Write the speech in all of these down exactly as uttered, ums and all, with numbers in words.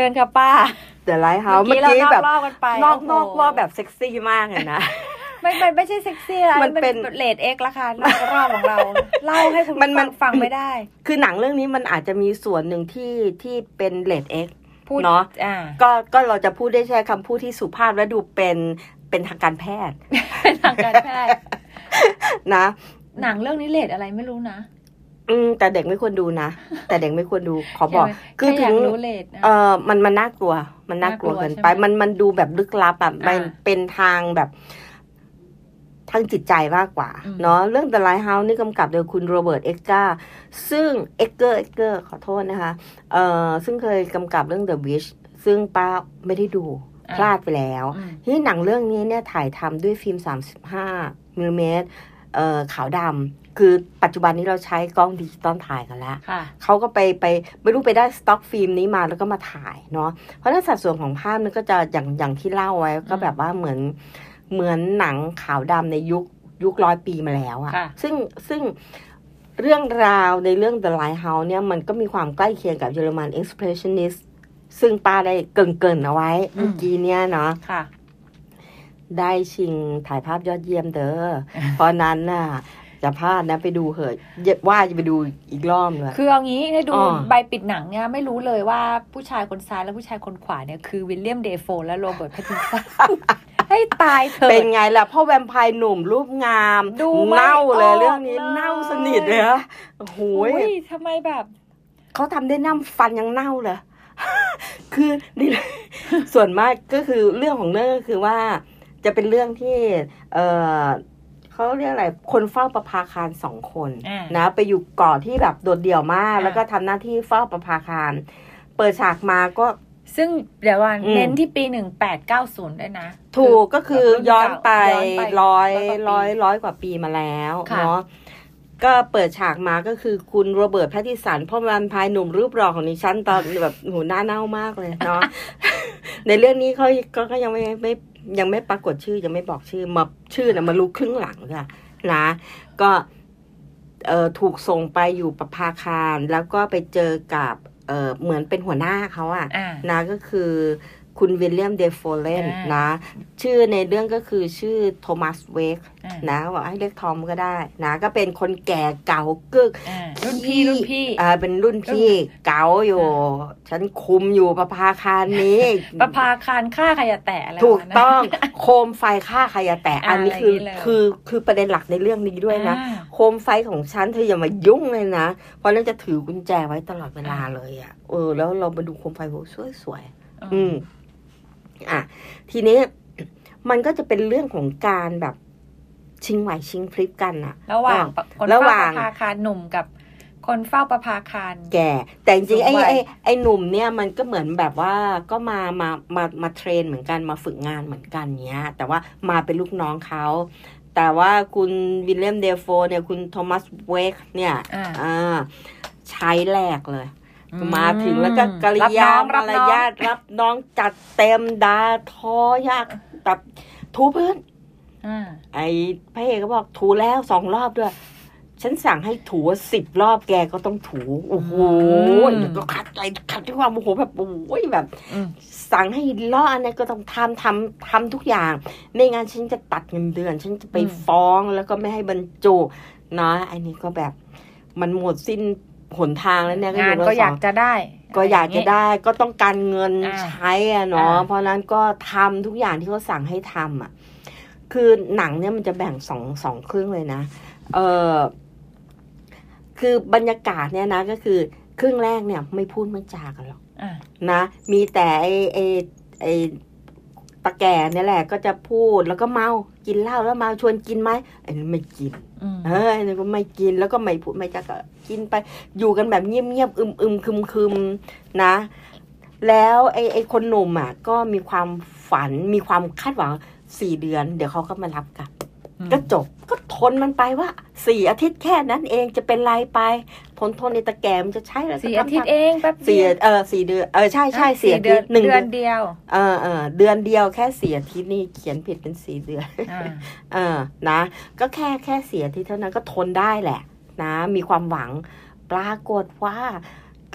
ญค่ะป้า The Lighthouse เมื่อกี้แบบนอกนอกรอบแบบเซ็กซี่มากเลยนะไม่ไม่ไม่ใช่เซ็กซี่แล้วมันเป็นเรทเอ็กราคานอกรอบของเราเล่าให้คุณฟังฟังไม่ได้คือหนังเรื่องนี้มันอาจจะมีส่วนหนึ่งที่ที่เป็นเรทเอ็กเนาะก็ก็เราจะพูดได้ใช้คำพูดที่สุภาพและดูเป็นเป็นทางการแพทย์เป็นทางการแพทย์นะหนังเรื่องนี้เรทอะไรไม่รู้นะอืมแต่เด็กไม่ควรดูนะแต่เด็กไม่ควรดูขอบอกคือถึงเออมันมันน่ากลัวมันน่ากลัวเกินไปมันมันดูแบบลึกลับแบบมันเป็นทางแบบทางจิตใจมากกว่าเนาะเรื่อง The Lighthouse นี่กำกับโดยคุณโรเบิร์ตเอ็กเกอร์ซึ่งเอ็กเกอร์เอ็กเกอร์ขอโทษนะคะเอ่อซึ่งเคยกำกับเรื่อง The Witch ซึ่งป้าไม่ได้ดูพลาดไปแล้วที่หนังเรื่องนี้เนี่ยถ่ายทำด้วยฟิล์มสามสิบห้ามิลลิเมตรเอ่อขาวดำคือปัจจุบันนี้เราใช้กล้องดิจิตอลถ่ายกันแล้วเขาก็ไปไปไม่รู้ไปได้สต็อกฟิล์มนี้มาแล้วก็มาถ่ายเนาะเพราะในสัดส่วนของภาพมันก็จะอย่างอย่างที่เล่าไว้ก็แบบว่าเหมือนเหมือนหนังขาวดำในยุคยุคร้อยปีมาแล้วอะซึ่งซึ่งเรื่องราวในเรื่อง The Lighthouse เนี่ยมันก็มีความใกล้เคียงกับเยอรมัน Expressionist ซึ่งป้าได้เกริ่นๆเอาไว้เมื่อกี้เนี่ยเนาะได้ชิงถ่ายภาพยอดเยี่ยมเด้อ เพราะนั้นน่ะจะพลาดนะไปดูเหอะว่าจะไปดูอีกรอบเลยคือเอางี้ได้ดูใบปิดหนังเนี่ยไม่รู้เลยว่าผู้ชายคนซ้ายและผู้ชายคนขวาเนี่ยคือวิลเลียมเดโฟและโรเบิร์ตแพตตินสันให้ตายเถอะเป็นไงล่ะพ่อแวมไพร์หนุ่มรูปงามเน่าเลยเรื่องนี้เน่าสนิทเลยฮะโอ้โหทำไมแบบเขาทำได้น้ำฟันยังเน่าเลยคือนี่ส่วนมากก็คือเรื่องของเรื่องก็คือว่าจะเป็นเรื่องที่เออเขาเรียกอะไรคนเฝ้าประภาคารสองคนนะไปอยู่เกาะที่แบบโดดเดี่ยวมากแล้วก็ทำหน้าที่เฝ้าประภาคารเปิดฉากมาก็ซึ่งเดี๋ยววันเน้นที่ปีหนึ่งแปดเก้าศูนย์ด้วยนะถูกก็คือย้อนไปร้อยร้อยร้อยกว่าปีมาแล้วเนาะก็เปิดฉากมาก็คือคุณโรเบิร์ตแพตตินสันพ่อแวมไพร์หนุ่มรูปหล่อของดิฉันตอนแบบหูหน้าเน่ามากเลยเนาะ ในเรื่องนี้เขาก็ยังไม่ไม่ยังไม่ปรากฏชื่อยังไม่บอกชื่อมาชื่อนะมารู้ครึ่งหลังค่ะนะก็เอ่อถูกส่งไปอยู่ประภาคารแล้วก็ไปเจอกับเอ่อเหมือนเป็นหัวหน้าเขาอะนะก็คือคุณวิลเลียมเดฟโฟเลนนะชื่อในเรื่องก็คือชื่อโทมัสเวกนะบอกให้เรียกทอมก็ได้นะก็เป็นคนแก่เก่ากึกรุ่นพี่รุ่นพี่อ่าเป็นรุ่นพี่เก่าอยู่ฉันคุมอยู่ประภาคารนี้ประภาคารฆ่าขยะแตะอะไรถูกต้องโคมไฟฆ่าขยะแตะอันนี้คือคือคือประเด็นหลักในเรื่องนี้ด้วยนะโคมไฟของฉันเธออย่ามายุ่งเลยนะเพราะนั่นจะถือกุญแจไว้ตลอดเวลาเลยอ่ะเออแล้วเรามาดูโคมไฟโหสวยๆอืมอ่ะทีนี้มันก็จะเป็นเรื่องของการแบบชิงไหวชิงพริบกันอะระหว่างคนเฝ้าประภาคารหนุ่มกับคนเฝ้าประภาคารแก่แต่จริงๆไอ้ไอ้ไอ้หนุ่มเนี่ยมันก็เหมือนแบบว่าก็มามามามาเทรนเหมือนกันมาฝึกงานเหมือนกันเนี้ยแต่ว่ามาเป็นลูกน้องเขาแต่ว่าคุณวิลเลียมเดโฟเนี่ยคุณโทมัสเวกเนี่ยอ่าใช้แรกเลยมาถึงแล้วก็กริยามารยาทรับน้องจัดเต็มดาทอยากแบบถูพื้นไอ้พระเอกก็บอกถูแล้วสองรอบด้วยฉันสั่งให้ถูสิบรอบแกก็ต้องถูโอ้โหก็ขัดใจขัดด้วยความโมโหแบบโอ้ยแบบสั่งให้ล้ออันนี้ก็ต้องทำทำทำทุกอย่างไม่งั้นฉันจะตัดเงินเดือนฉันจะไปฟ้องแล้วก็ไม่ให้บรรจุนะไอ้นี่ก็แบบมันหมดสิ้นหนทางแล้วเนี่ยงานก็อยากจะได้ก็อยากจะได้ก็ต้องการเงินใช้อ่ะเนาะเพราะนั้นก็ทำทุกอย่างที่เขาสั่งให้ทำอ่ะคือหนังเนี่ยมันจะแบ่งสองสองครึ่งเลยนะเออคือบรรยากาศเนี่ยนะก็คือครึ่งแรกเนี่ยไม่พูดไม่จากันหรอกนะมีแต่ไอไอไอตะแก่เนี่ยแหละก็จะพูดแล้วก็เมากินเหล้าแล้วเมาชวนกินไหมไอ้นี่ไม่กินเฮ้ยนี่ก็ไม่กินแล้วก็ไม่พูดไม่จาก็กินไปอยู่กันแบบเงียบๆอึมๆคึมๆนะแล้วไอ้ไอ้คนหนุ่มอ่ะก็มีความฝันมีความคาดหวังสี่เดือนเดี๋ยวเขาก็มารับกลับก็จบก็ทนมันไปว่าสี่อาทิตย์แค่นั้นเองจะเป็นไรไปทนทนในตะแกมจะใช้แล้วสี่อาทิตย์เองแป๊บเดียวเออสี่เดือนเออใช่ใช่สี่อาทิตย์หนึ่งเดือนเดียวเออเออเดือนเดียวแค่สี่อาทิตย์นี่เขียนผิดเป็นสี่เดือนเออนะก็แค่แค่สี่อาทิตย์เท่านั้นก็ทนได้แหละนะมีความหวังปรากฏว่า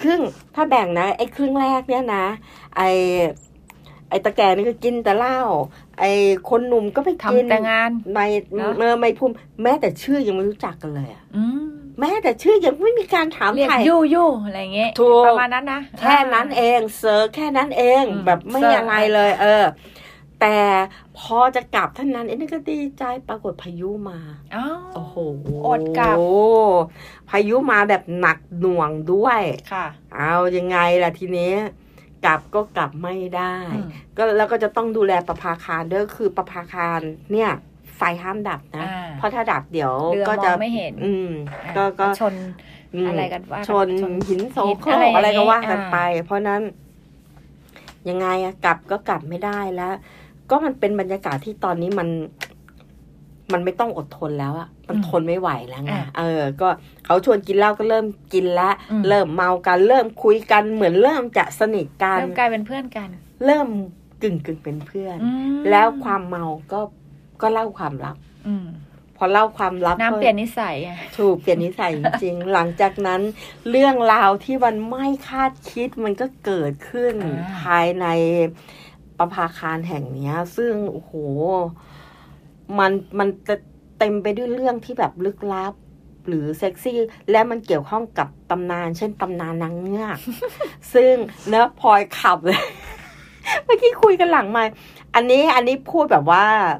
ครึ่งถ้าแบ่งนะไอ้ครึ่งแรกเนี่ยนะไอ้ไอ้ตะแกนี่ก็กินแต่เหล้าไอ้คนหนุ่มก็ไปกินทำแต่งานไม่เมื่อไม่พูดแม้แต่ชื่อยังไม่รู้จักกันเลยอะอืมแม้แต่ชื่อยังไม่มีการถามเรียกไถ่ยู่ยู่อะไรเงี้ยถูกประมาณนั้นนะแค่นั้นเองเซอร์แค่นั้นเองอืมแบบไม่เสิร์ฟอะไรเลย เออ แต่พอจะกลับเท่านั้นเอ็นก็ดีใจปรากฏพายุมาอ้าวโอ้โหอดกลับพายุมาแบบหนักหน่วงด้วยค่ะเอายังไงล่ะทีนี้กลับก็กลับไม่ได้อืมก็แล้วก็จะต้องดูแลประภาคารด้วยคือประภาคารเนี่ย ไฟห้ามดับนะอ่าเพราะถ้าดับเดี๋ยวเรือก็มจะองไม่เห็นอืมอ่าก็ก็ชนอืมอะไรกันว่าชนชนหินโซโครอะไรกอะไรก็ว่าอย่างเงี้ยกันไป เพราะนั้น ยังไงอะกลับก็กลับไม่ได้แล้ว ก็มันเป็นบรรยากาศที่ตอนนี้มัน มันไม่ต้องอดทนแล้วอะมันทนไม่ไหวแล้วไงเออ ก็เขาชวนกินเหล้าก็เริ่มกินแล้วเริ่มเมากันเริ่มคุยกันเหมือนเริ่มจะสนิทกันเริ่มกลายเป็นเพื่อนกันเริ่มกึ่งกึ่งเป็นเพื่อนอืมแล้วความเมาก็ก็เล่าความลับอืมพอเล่าความลับน้ำเปลี่ยนนิสัยอ่ะถูกเปลี่ยนนิสัยจริงๆ หลังจากนั้นเรื่องราวที่มันไม่คาดคิดมันก็เกิดขึ้นอ่าภายในประภาคารแห่งเนี้ย ซึ่งโอ้โหมันมันจะเต็มไปด้วยเรื่องที่แบบลึกลับ หรือเซ็กซี่ และมันเกี่ยวข้องกับตำนาน เช่นตำนานนางเงือก ซึ่งเนื้อพลอยขับเลย เมื่อกี้คุยกันหลังไมค์อันนี้อันนี้พูดแบบว่า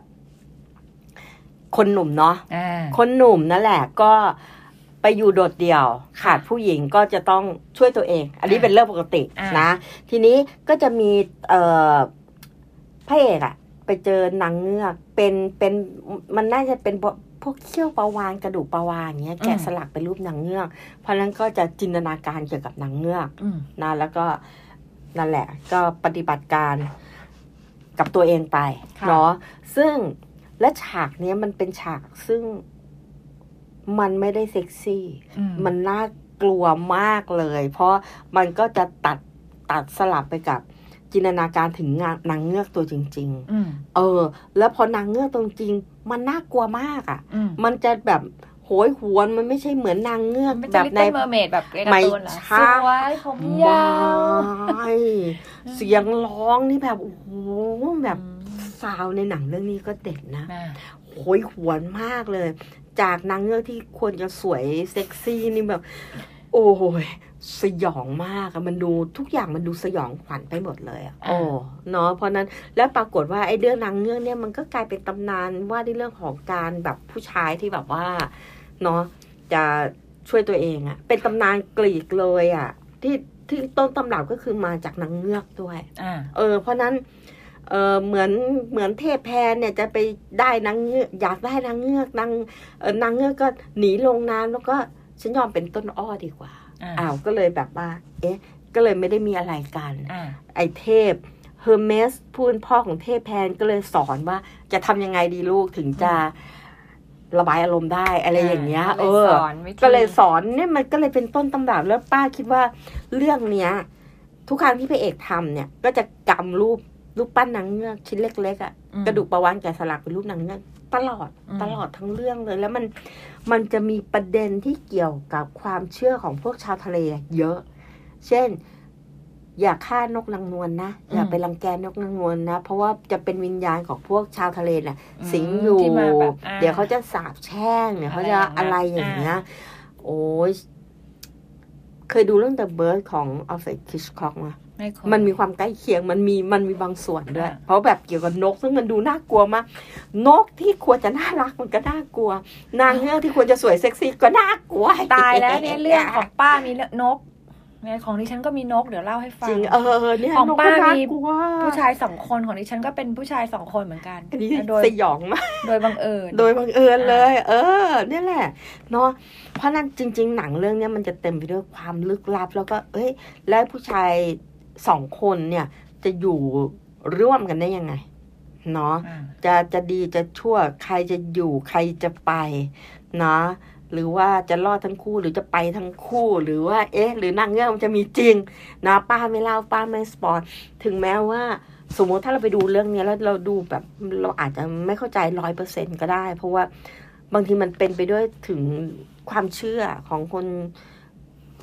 คนหนุ่มเนาะอ่าคนหนุ่มนั่นแหละก็ไปอยู่โดดเดี่ยว ขาดผู้หญิงก็จะต้องช่วยตัวเอง อันนี้อ่าเป็นเรื่องปกติอ่านนะ ทีนี้ก็จะมีเอ่อพระเอกอะไปเจอนางเงือกเป็นเป็นมันน่าจะเป็นพวกเขี้ยวปลาวานกระดูกปลาวานอย่างเงี้ยแกะสลักเป็นรูปนางเงือก เพราะนั้นก็จะจินตนาการเกี่ยวกับนางเงือกอืมนะแล้วก็นั่นแหละ ก็ปฏิบัติการกับตัวเองไปค่ะเนาะซึ่งและฉากเนี้ยมันเป็นฉากซึ่งมันไม่ได้เซ็กซี่อืมมันน่ากลัวมากเลย เพราะมันก็จะตัดตัดสลับไปกับจินตนาการถึงงานนางเงือกตัวจริงอืมๆ เออ แล้วพอนางเงือกตัวจริง มันน่ากลัวมากอะ่ะอืมมันจะแบบโหยหวนมันไม่ใช่เหมือนนางเงือกไม่แบใช่บลิตในเติ้ลเมอร์เมดแบบในการ์ตูนเหรอไม่สใช่วยผมยาวไม่เสียงร้องนี่แบบโอ้โหแบบอืมซาวในหนังเรื่องนี้ก็เด็ดนะอ่าโหยหวนมากเลย จากนางเงือกที่ควรจะสวยเซ็กซี่นี่แบบ โอ้ยสยองมากอะมันดูทุกอย่างมันดูสยองขวัญไปหมดเลยอะโอ้เนาะเพราะนั้นแล้วปรากฏว่าไอ้เรื่องนางเงือกเนี่ยมันก็กลายเป็นตำนานว่าในเรื่องของการแบบผู้ชายที่แบบว่าเนาะจะช่วยตัวเองอะเป็นตำนานกรีกเลยอะที่ที่ต้นตำรับก็คือมาจากนางเงือกด้วยอ่าเออเพราะนั้นเออเหมือนเหมือนเทพแพนเนี่ยจะไปได้นางเงือกอยากได้นางเงือกนางเออนางเงือกก็หนีลงน้ำแล้วก็ฉันยอมเป็นต้นอ้อดีกว่าอ่าอ้าวก็เลยแบบว่า เอ๊ะ ก็เลยไม่ได้มีอะไรกันอ่าไอเทพเฮอร์เมสพูนพ่อของเทพแพนก็เลยสอนว่าจะทำยังไงดีลูกถึงจะระบายอารมณ์ได้อะไรอย่างเงี้ย เออ ก็เลยสอนเนี่ยมันก็เลยเป็นต้นตำรับแล้วป้าคิดว่าเรื่องเนี้ย ทุกครั้งที่พระเอกทำเนี่ย ก็จะกำรูปรูปปั้นนางเงือกชิ้นเล็กๆอะ่ะอืมกระดูกปลาวาฬแกะสลักเป็นรูปนางเงือกตลอดอืมตลอดทั้งเรื่องเลย แล้วมันมันจะมีประเด็นที่เกี่ยวกับความเชื่อของพวกชาวทะเลเยอะ เช่น อย่าฆ่านกนางนวลนะอย่าไปรังแกนกนางนวลนะเพราะว่าจะเป็นวิญญาณของพวกชาวทะเลน่ะ สิงอยู่ที่มาแบบอ่าเดี๋ยวเขาจะสาบแช่งเดี๋ยวเขาจะอะอะไรไรอย่ย่าง งนั้อาเงี้ยนโอ้ยเคยดูเรื่อง The Bird ของ Alfred Hitchcock มั้ยไม่เคยมันมีความใกล้เคียงมันมีมันมีบางส่วนด้วยอ่าเพราะแบบเกี่ยวกับนกซึ่งมันดูน่ากลัวมากนกที่ควรจะน่ารักมันก็น่ากลัว นางเงือกที่ควรจะสวยเซ็กซี่ก็น่ากลัวตายแล้วเนี่ยเรื่องของป้ามีเรื่องนกเนี่ยของดิฉันก็มีนกเดี๋ยวเล่าให้ฟัจงริงเออเนี่ยของนกป้าก็น่ามีกลัวผู้ชายสองคนของดิฉันก็เป็นผู้ชายสองคนเหมือนกันอันนี้โดยสยองมากโดยบังเอิญโดยบังเอิญเลย เออ เนี่ยแหละเนาะเพราะนั้นจริง ๆ หนังเรื่องเนี้ยมันจะเต็มไปด้วยความลึกลับ แล้วก็ เอ้ย แล้วผู้ชายสองคนเนี่ย จะอยู่ร่วมกันได้ยังไงเนาะอ่าจะจะดีจะชั่วใครจะอยู่ใครจะไปนะหรือว่าจะรอดทั้งคู่หรือจะไปทั้งคู่หรือว่าเอ๊ะหรือนางเงือกมันจะมีจริงนะป้าไม่เล่าป้าไม่สปอยถึงแม้ว่าสมมติถ้าเราไปดูเรื่องนี้แล้วเราดูแบบเราอาจจะไม่เข้าใจร้อยเปอร์เซ็นต์ก็ได้ เพราะว่าบางทีมันเป็นไปด้วยถึงความเชื่อของคน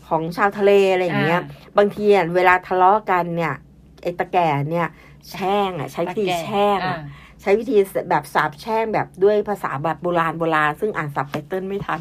ของชาวทะเลอะไรอย่างเงี้ยบางทีเวลาทะเลาะกันเนี่ยไอ้ตะแก่เนี่ยแช่งอ่ะใช้วิธีแช่งอ่ะใช้วิธีแบบสาบแช่งแบบด้วยภาษาแบบโบราณโบราณซึ่งอ่านซับไตเติ้ลไม่ทัน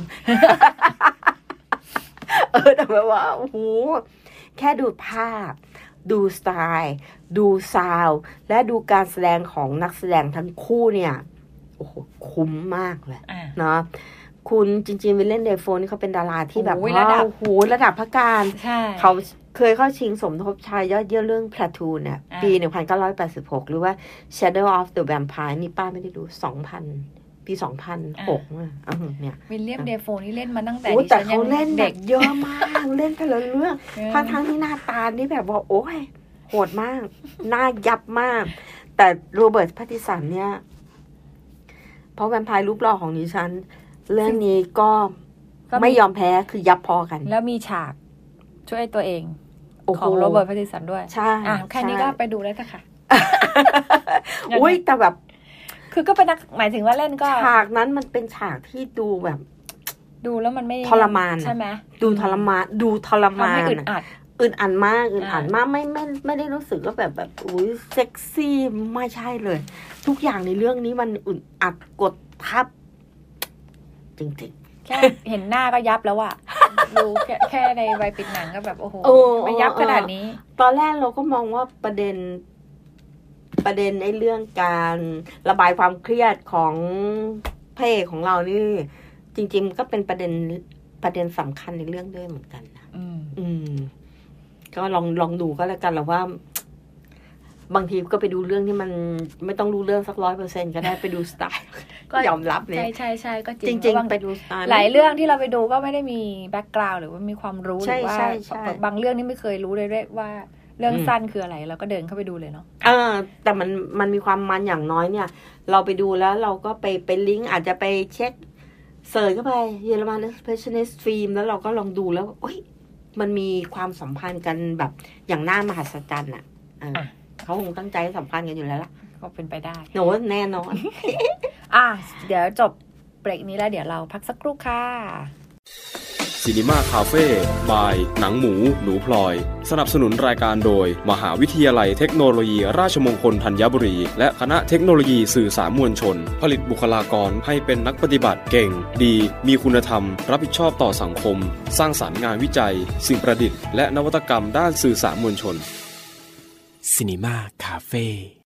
เออแต่แบบว่าโอ้โหแค่ดูภาพดูสไตล์ดูซาวด์และดูการแสดงของนักแสดงทั้งคู่เนี่ยโอ้โหคุ้มมากเลยเนาะคุณจริงๆวิลเลียม เดฟโฟนี่เขาเป็นดาราที่แบบว่าโอ้โหระดับพระการเขาเคยเข้าชิงสมทบชายยอดเยี่ยมเรื่อง Platoon เนี่ยปีหนึ่งพันเก้าร้อยแปดสิบหกหรือว่า Shadow of the Vampire นี่ป้าไม่ได้ดู สองพัน ปี สองพันหก อ่ะเนี่ยวิลเลียม เดฟโฟนี่เล่นมาตั้งแต่ดิฉันยังเล่นเด็กเยอะมากเล่นแต่ละเรื่องทั้งๆที่หน้าตานี่แบบว่าโอ้ยโหดมากหน้ายับมากแต่โรเบิร์ต แพตตินสันเนี่ยเพราะแวมไพร์รูปหล่อของดิฉันเรื่องนี้ก็ไม่ยอมแพ้คือยับพอกันแล้วมีฉากช่วยตัวเองของโรเบิร์ต แพตตินสันด้วยใช่อ่ะแค่นี้ก็ไปดูได้ค่ะอุ้ยแต่แบบคือก็เป็นนักหมายถึงว่าเล่นก็ฉากนั้นมันเป็นฉากที่ดูแบบดูแล้วมันไม่ทรมานใช่ไหมดูทรมานดูทรมานอึดอัดอึดอัดมากอึดอัดมากไม่ไม่ไม่ได้รู้สึกว่าแบบแบบอุ้ยเซ็กซี่ไม่ใช่เลยทุกอย่างในเรื่องนี้มันอึดอัดกดทับจริงๆแค่เห็นหน้าก็ยับแล้วอะดูแค่แค่ในใบปิดหนังก็แบบโอ้โหไม่ยับขนาดนี้ตอนแรกเราก็มองว่าประเด็นประเด็นในเรื่องการระบายความเครียดของพระเอกของเรานี่จริงๆก็เป็นประเด็นประเด็นสำคัญในเรื่องด้วยเหมือนกันนะอืมอืมก็ลองลองดูก็แล้วกันหรอว่าบางทีก็ไปดูเรื่องที่มันไม่ต้องรู้เรื่องสักร้อยเปอร์เซ็นต์ก็ได้ไปดูสไตล์ก็ยอมรับเนี่ยใช่ใช่ใช่ก็จริงจริงไปดูสไตล์หลายเรื่องที่เราไปดูก็ไม่ได้มีแบ็กกราวด์หรือว่ามีความรู้หรือว่าบางเรื่องนี่ไม่เคยรู้เลยว่าเรื่องสั้นคืออะไรเราก็เดินเข้าไปดูเลยเนาะเออแต่มันมันมีความมันอย่างน้อยเนี่ยเราไปดูแล้วเราก็ไปไปลิงก์อาจจะไปเช็คเสิร์ชเข้าไปเยอรมัน Expressionist Film แล้วเราก็ลองดูแล้วโอ๊ยมันมีความสัมพันธ์กันแบบอย่างน่ามหัศจรรย์อ่ะเขาคงตั้งใจสัมพันธ์กันอยู่แล้วล่ะก็เป็นไปได้โหแน่นอนอ่ะเดี๋ยวจบเบรกนี้แล้วเดี๋ยวเราพักสักครู่ค่ะซีนีมาคาเฟ่บายหนังหมูหนูพลอยสนับสนุนรายการโดยมหาวิทยาลัยเทคโนโลยีราชมงคลธัญบุรีและคณะเทคโนโลยีสื่อสารมวลชนผลิตบุคลากรให้เป็นนักปฏิบัติเก่งดีมีคุณธรรมรับผิดชอบต่อสังคมสร้างสรรค์งานวิจัยสิ่งประดิษฐ์และนวัตกรรมด้านสื่อสารมวลชนซีนีมาคาเฟ่